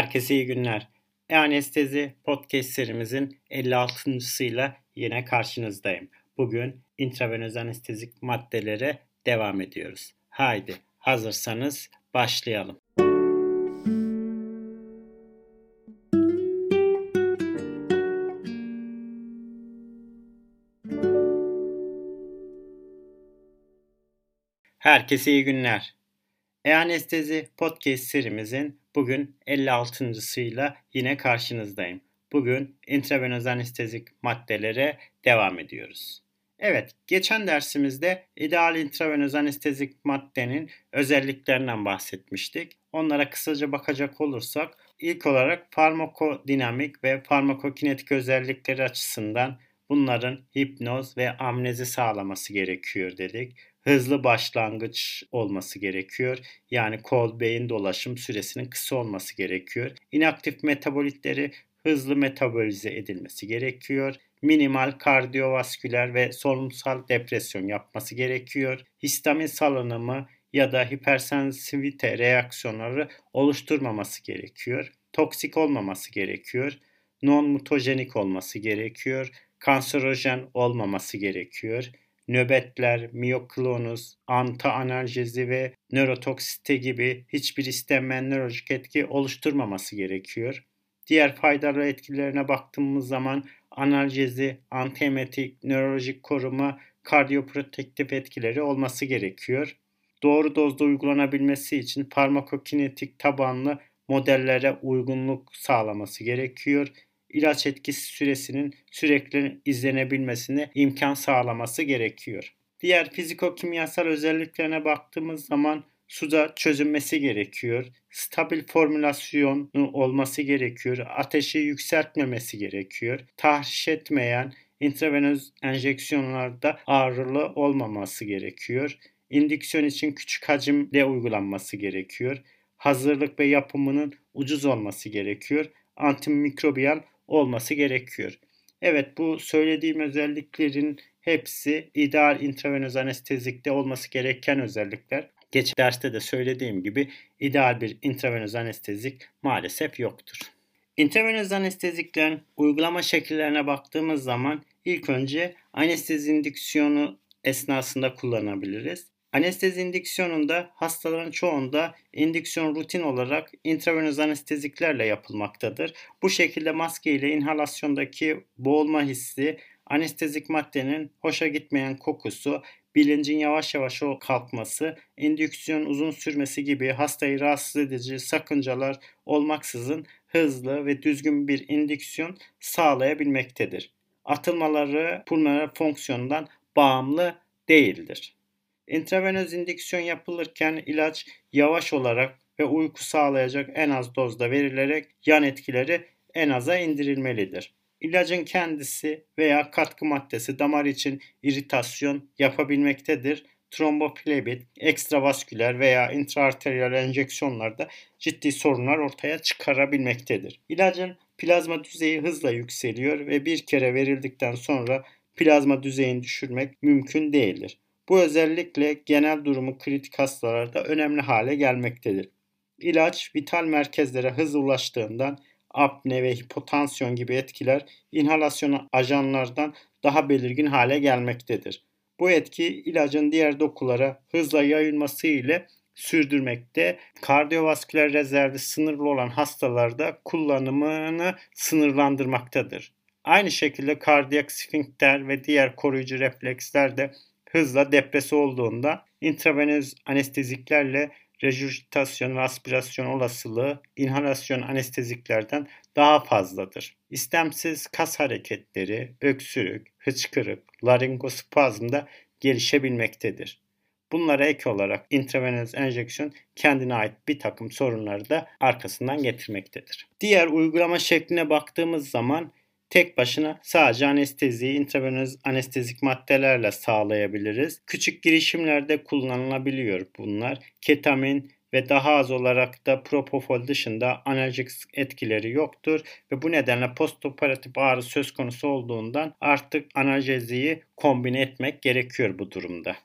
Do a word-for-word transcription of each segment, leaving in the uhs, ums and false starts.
Herkese iyi günler. E-Anestezi Podcast serimizin elli altıncısıyla yine karşınızdayım. Bugün intravenöz anestezik maddelere devam ediyoruz. Haydi hazırsanız başlayalım. Herkese iyi günler. E-Anestezi Podcast serimizin bugün elli altıncısıyla yine karşınızdayım. Bugün intravenöz anestezik maddelere devam ediyoruz. Evet, geçen dersimizde ideal intravenöz anestezik maddenin özelliklerinden bahsetmiştik. Onlara kısaca bakacak olursak, ilk olarak farmakodinamik ve farmakokinetik özellikleri açısından bunların hipnoz ve amnezi sağlaması gerekiyor dedik. Hızlı başlangıç olması gerekiyor. Yani kol beyin dolaşım süresinin kısa olması gerekiyor. İnaktif metabolitleri hızlı metabolize edilmesi gerekiyor. Minimal kardiyovasküler ve solunumsal depresyon yapması gerekiyor. Histamin salınımı ya da hipersensivite reaksiyonları oluşturmaması gerekiyor. Toksik olmaması gerekiyor. Non-mutajenik olması gerekiyor. Kanserojen olmaması gerekiyor. Nöbetler, miyoklonus, anti-analjezi ve nörotoksite gibi hiçbir istenmeyen nörolojik etki oluşturmaması gerekiyor. Diğer faydalı etkilerine baktığımız zaman analjezi, antiemetik, nörolojik koruma, kardiyoprotektif etkileri olması gerekiyor. Doğru dozda uygulanabilmesi için farmakokinetik tabanlı modellere uygunluk sağlaması gerekiyor. İlaç etkisi süresinin sürekli izlenebilmesine imkan sağlaması gerekiyor. Diğer fiziko-kimyasal özelliklerine baktığımız zaman suda çözünmesi gerekiyor. Stabil formülasyonu olması gerekiyor. Ateşi yükseltmemesi gerekiyor. Tahriş etmeyen intravenöz enjeksiyonlarda ağrılı olmaması gerekiyor. İndüksiyon için küçük hacimde uygulanması gerekiyor. Hazırlık ve yapımının ucuz olması gerekiyor. Antimikrobiyal olması gerekiyor. Evet, bu söylediğim özelliklerin hepsi ideal intravenöz anestezikte olması gereken özellikler. Geçen derste de söylediğim gibi ideal bir intravenöz anestezik maalesef yoktur. İntravenöz anesteziklerin uygulama şekillerine baktığımız zaman ilk önce anestezi indüksiyonu esnasında kullanabiliriz. Anestezi indüksiyonunda hastaların çoğunda indüksiyon rutin olarak intravenöz anesteziklerle yapılmaktadır. Bu şekilde maske ile inhalasyondaki boğulma hissi, anestezik maddenin hoşa gitmeyen kokusu, bilincin yavaş yavaş kalkması, indüksiyon uzun sürmesi gibi hastayı rahatsız edici sakıncalar olmaksızın hızlı ve düzgün bir indüksiyon sağlayabilmektedir. Atılmaları pulmoner fonksiyondan bağımlı değildir. İntravenöz indüksiyon yapılırken ilaç yavaş olarak ve uyku sağlayacak en az dozda verilerek yan etkileri en aza indirilmelidir. İlacın kendisi veya katkı maddesi damar için iritasyon yapabilmektedir. Tromboflebit, ekstravasküler veya intraarteriyel enjeksiyonlarda ciddi sorunlar ortaya çıkarabilmektedir. İlacın plazma düzeyi hızla yükseliyor ve bir kere verildikten sonra plazma düzeyini düşürmek mümkün değildir. Bu özellikle genel durumu kritik hastalarda önemli hale gelmektedir. İlaç vital merkezlere hızlı ulaştığından apne ve hipotansiyon gibi etkiler inhalasyon ajanlardan daha belirgin hale gelmektedir. Bu etki ilacın diğer dokulara hızla yayılması ile sürdürmekte. Kardiyovasküler rezervi sınırlı olan hastalarda kullanımını sınırlandırmaktadır. Aynı şekilde kardiyak sfinkter ve diğer koruyucu refleksler de hızla depresi olduğunda intravenöz anesteziklerle regurgitasyon ve aspirasyon olasılığı inhalasyon anesteziklerden daha fazladır. İstemsiz kas hareketleri, öksürük, hıçkırık, laringospazm da gelişebilmektedir. Bunlara ek olarak intravenöz enjeksiyon kendine ait bir takım sorunları da arkasından getirmektedir. Diğer uygulama şekline baktığımız zaman tek başına sadece anesteziyi intravenöz anestezik maddelerle sağlayabiliriz. Küçük girişimlerde kullanılabiliyor bunlar. Ketamin ve daha az olarak da propofol dışında analjik etkileri yoktur ve bu nedenle postoperatif ağrı söz konusu olduğundan artık analjeziyi kombine etmek gerekiyor bu durumda.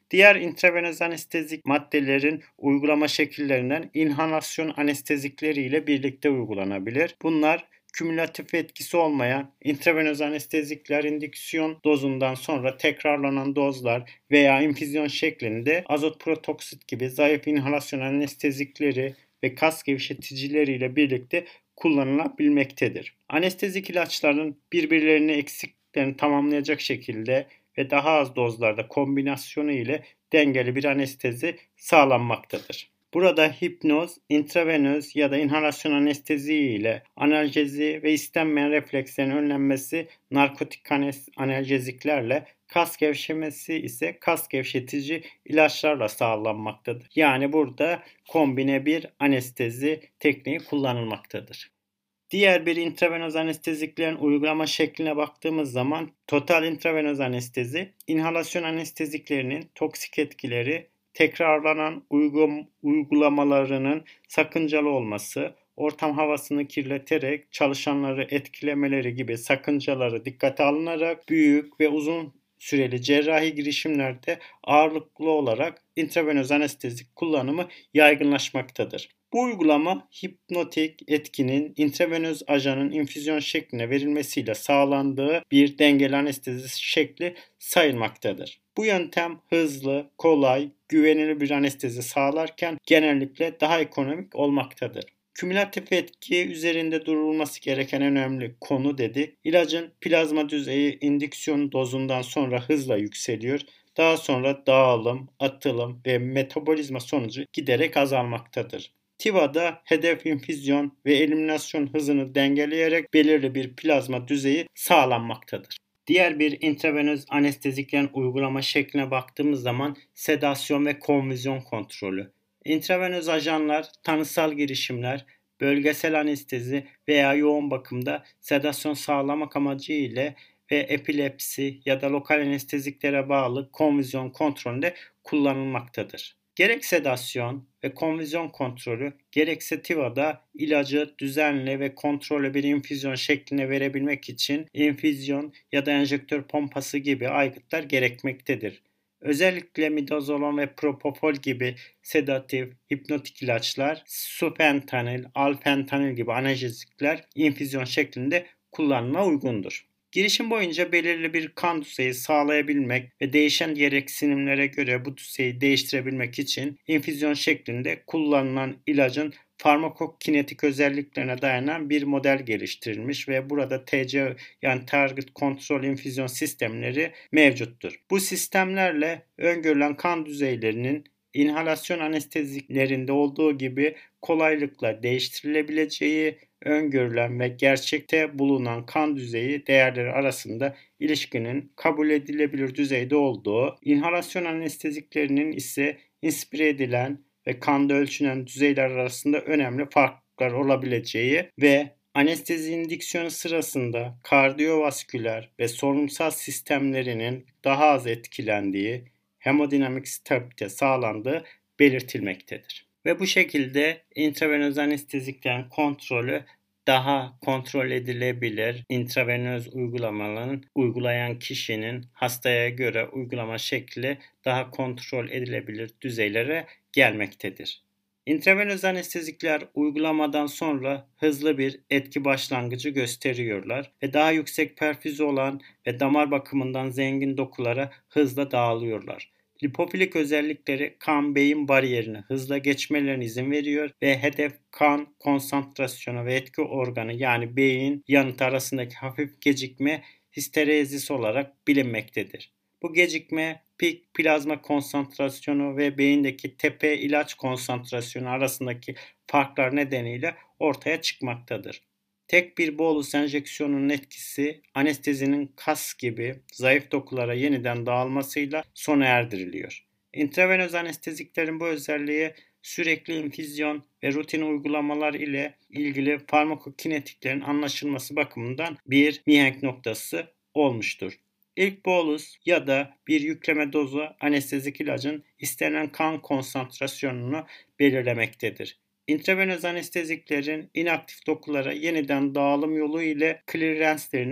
Diğer intravenöz anestezik maddelerin uygulama şekillerinden inhalasyon anestezikleri ile birlikte uygulanabilir. Bunlar kümülatif etkisi olmayan intravenöz anestezikler indüksiyon dozundan sonra tekrarlanan dozlar veya infüzyon şeklinde azot protoksit gibi zayıf inhalasyon anestezikleri ve kas gevşeticileriyle birlikte kullanılabilmektedir. Anestezik ilaçların birbirlerini eksiklerini tamamlayacak şekilde ve daha az dozlarda kombinasyonu ile dengeli bir anestezi sağlanmaktadır. Burada hipnoz, intravenöz ya da inhalasyon anestezi ile analjezi ve istenmeyen reflekslerin önlenmesi narkotik analjeziklerle, kas gevşemesi ise kas gevşetici ilaçlarla sağlanmaktadır. Yani burada kombine bir anestezi tekniği kullanılmaktadır. Diğer bir intravenöz anesteziklerin uygulama şekline baktığımız zaman total intravenöz anestezi, inhalasyon anesteziklerinin toksik etkileri, tekrarlanan uygum, uygulamalarının sakıncalı olması, ortam havasını kirleterek çalışanları etkilemeleri gibi sakıncaları dikkate alınarak büyük ve uzun süreli cerrahi girişimlerde ağırlıklı olarak intravenöz anestezik kullanımı yaygınlaşmaktadır. Bu uygulama hipnotik etkinin intravenöz ajanın infüzyon şekline verilmesiyle sağlandığı bir dengeli anestezi şekli sayılmaktadır. Bu yöntem hızlı, kolay, güvenilir bir anestezi sağlarken genellikle daha ekonomik olmaktadır. Kümülatif etki üzerinde durulması gereken önemli konu dedik. İlacın plazma düzeyi indüksiyon dozundan sonra hızla yükseliyor. Daha sonra dağılım, atılım ve metabolizma sonucu giderek azalmaktadır. T I V A'da hedef infüzyon ve eliminasyon hızını dengeleyerek belirli bir plazma düzeyi sağlanmaktadır. Diğer bir intravenöz anesteziklerin uygulama şekline baktığımız zaman sedasyon ve konvizyon kontrolü. İntravenöz ajanlar, tanısal girişimler, bölgesel anestezi veya yoğun bakımda sedasyon sağlamak amacı ile ve epilepsi ya da lokal anesteziklere bağlı konvizyon kontrolünde kullanılmaktadır. Gerek sedasyon ve konvizyon kontrolü, gerekse T I V A'da ilacı düzenli ve kontrollü bir infüzyon şekline verebilmek için infüzyon ya da enjektör pompası gibi aygıtlar gerekmektedir. Özellikle midazolam ve propofol gibi sedatif, hipnotik ilaçlar, supentanil, alfentanil gibi analjezikler infüzyon şeklinde kullanıma uygundur. Girişim boyunca belirli bir kan düzeyi sağlayabilmek ve değişen gereksinimlere göre bu düzeyi değiştirebilmek için infüzyon şeklinde kullanılan ilacın farmakokinetik özelliklerine dayanan bir model geliştirilmiş ve burada T C yani Target Control infüzyon sistemleri mevcuttur. Bu sistemlerle öngörülen kan düzeylerinin inhalasyon anesteziklerinde olduğu gibi kolaylıkla değiştirilebileceği, öngörülen ve gerçekte bulunan kan düzeyi değerleri arasında ilişkinin kabul edilebilir düzeyde olduğu, inhalasyon anesteziklerinin ise inspire edilen ve kanda ölçülen düzeyler arasında önemli farklar olabileceği ve anestezi indüksiyonu sırasında kardiyovasküler ve solunumsal sistemlerinin daha az etkilendiği, hemodinamik stabilite sağlandığı belirtilmektedir. Ve bu şekilde intravenöz anesteziklerin kontrolü daha kontrol edilebilir, intravenöz uygulamaların uygulayan kişinin hastaya göre uygulama şekli daha kontrol edilebilir düzeylere gelmektedir. İntravenöz anestezikler uygulamadan sonra hızlı bir etki başlangıcı gösteriyorlar ve daha yüksek perfüzi olan ve damar bakımından zengin dokulara hızla dağılıyorlar. Lipofilik özellikleri kan-beyin bariyerini hızla geçmelerine izin veriyor ve hedef kan konsantrasyonu ve etki organı yani beyin yanıtı arasındaki hafif gecikme histerezis olarak bilinmektedir. Bu gecikme pik plazma konsantrasyonu ve beyindeki tepe ilaç konsantrasyonu arasındaki farklar nedeniyle ortaya çıkmaktadır. Tek bir bolus enjeksiyonunun etkisi anestezinin kas gibi zayıf dokulara yeniden dağılmasıyla sona erdiriliyor. İntravenöz anesteziklerin bu özelliği sürekli infüzyon ve rutin uygulamalar ile ilgili farmakokinetiklerin anlaşılması bakımından bir mihenk noktası olmuştur. İlk bolus ya da bir yükleme dozu anestezik ilacın istenen kan konsantrasyonunu belirlemektedir. İntravenöz anesteziklerin inaktif dokulara yeniden dağılım yolu ile klirenslerinin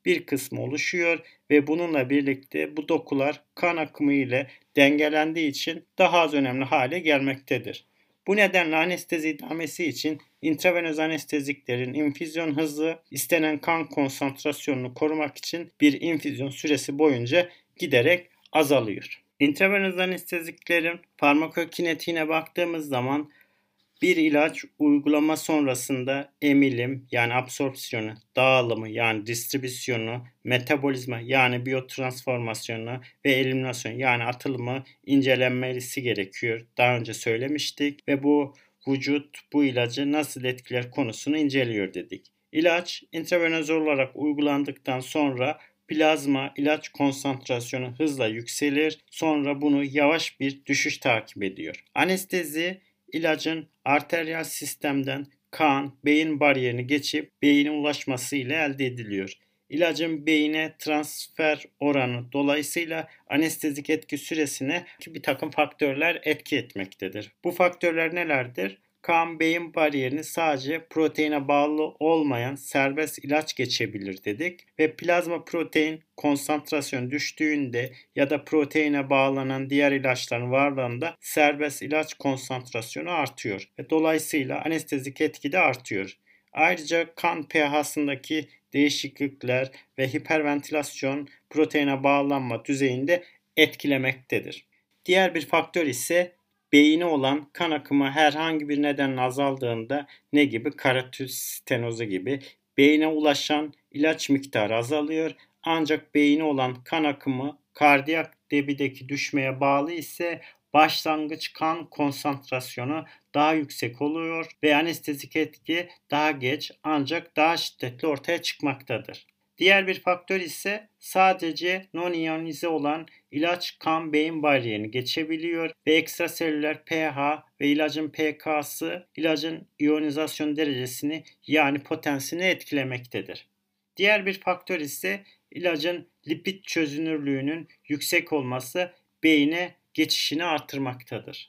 bir kısmı oluşuyor ve bununla birlikte bu dokular kan akımı ile dengelendiği için daha az önemli hale gelmektedir. Bu nedenle anestezi idamesi için intravenöz anesteziklerin infüzyon hızı istenen kan konsantrasyonunu korumak için bir infüzyon süresi boyunca giderek azalıyor. İntravenöz anesteziklerin farmakokinetiğine baktığımız zaman bir ilaç uygulama sonrasında emilim yani absorpsiyonu, dağılımı yani distribüsyonu, metabolizma yani biyotransformasyonu ve eliminasyon yani atılımı incelenmesi gerekiyor. Daha önce söylemiştik ve bu vücut bu ilacı nasıl etkiler konusunu inceliyor dedik. İlaç intravenöz olarak uygulandıktan sonra plazma ilaç konsantrasyonu hızla yükselir. Sonra bunu yavaş bir düşüş takip ediyor. Anestezi ilacın arteriyel sistemden kan, beyin bariyerini geçip beyine ulaşması ile elde ediliyor. İlacın beyine transfer oranı dolayısıyla anestezik etki süresine bir takım faktörler etki etmektedir. Bu faktörler nelerdir? Kan beyin bariyerini sadece proteine bağlı olmayan serbest ilaç geçebilir dedik ve plazma protein konsantrasyon düştüğünde ya da proteine bağlanan diğer ilaçların varlığında serbest ilaç konsantrasyonu artıyor ve dolayısıyla anestezik etki de artıyor. Ayrıca kan pH'sındaki değişiklikler ve hiperventilasyon proteine bağlanma düzeyinde etkilemektedir. Diğer bir faktör ise beyine olan kan akımı herhangi bir nedenle azaldığında ne gibi karotis stenozu gibi beyine ulaşan ilaç miktarı azalıyor. Ancak beyine olan kan akımı kardiyak debideki düşmeye bağlı ise başlangıç kan konsantrasyonu daha yüksek oluyor ve anestezik etki daha geç ancak daha şiddetli ortaya çıkmaktadır. Diğer bir faktör ise sadece non-iyonize olan ilaç kan beyin bariyerini geçebiliyor ve ekstraselüler pH ve ilacın pK'sı ilacın iyonizasyon derecesini yani potensini etkilemektedir. Diğer bir faktör ise ilacın lipid çözünürlüğünün yüksek olması beyine geçişini artırmaktadır.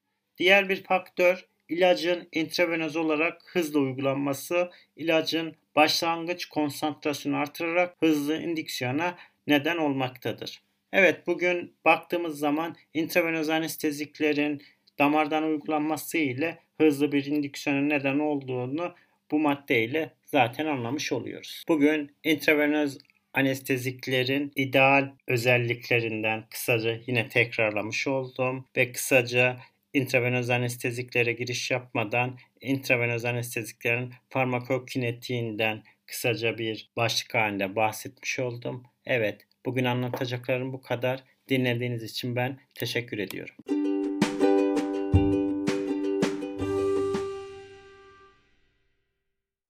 Diğer bir faktör ilacın intravenöz olarak hızlı uygulanması ilacın başlangıç konsantrasyonu artırarak hızlı indüksiyona neden olmaktadır. Evet, bugün baktığımız zaman intravenöz anesteziklerin damardan uygulanması ile hızlı bir indüksiyona neden olduğunu bu maddeyle zaten anlamış oluyoruz. Bugün intravenöz anesteziklerin ideal özelliklerinden kısaca yine tekrarlamış oldum ve kısaca intravenöz anesteziklere giriş yapmadan intravenöz anesteziklerin farmakokinetiğinden kısaca bir başlık halinde bahsetmiş oldum. Evet, bugün anlatacaklarım bu kadar. Dinlediğiniz için ben teşekkür ediyorum.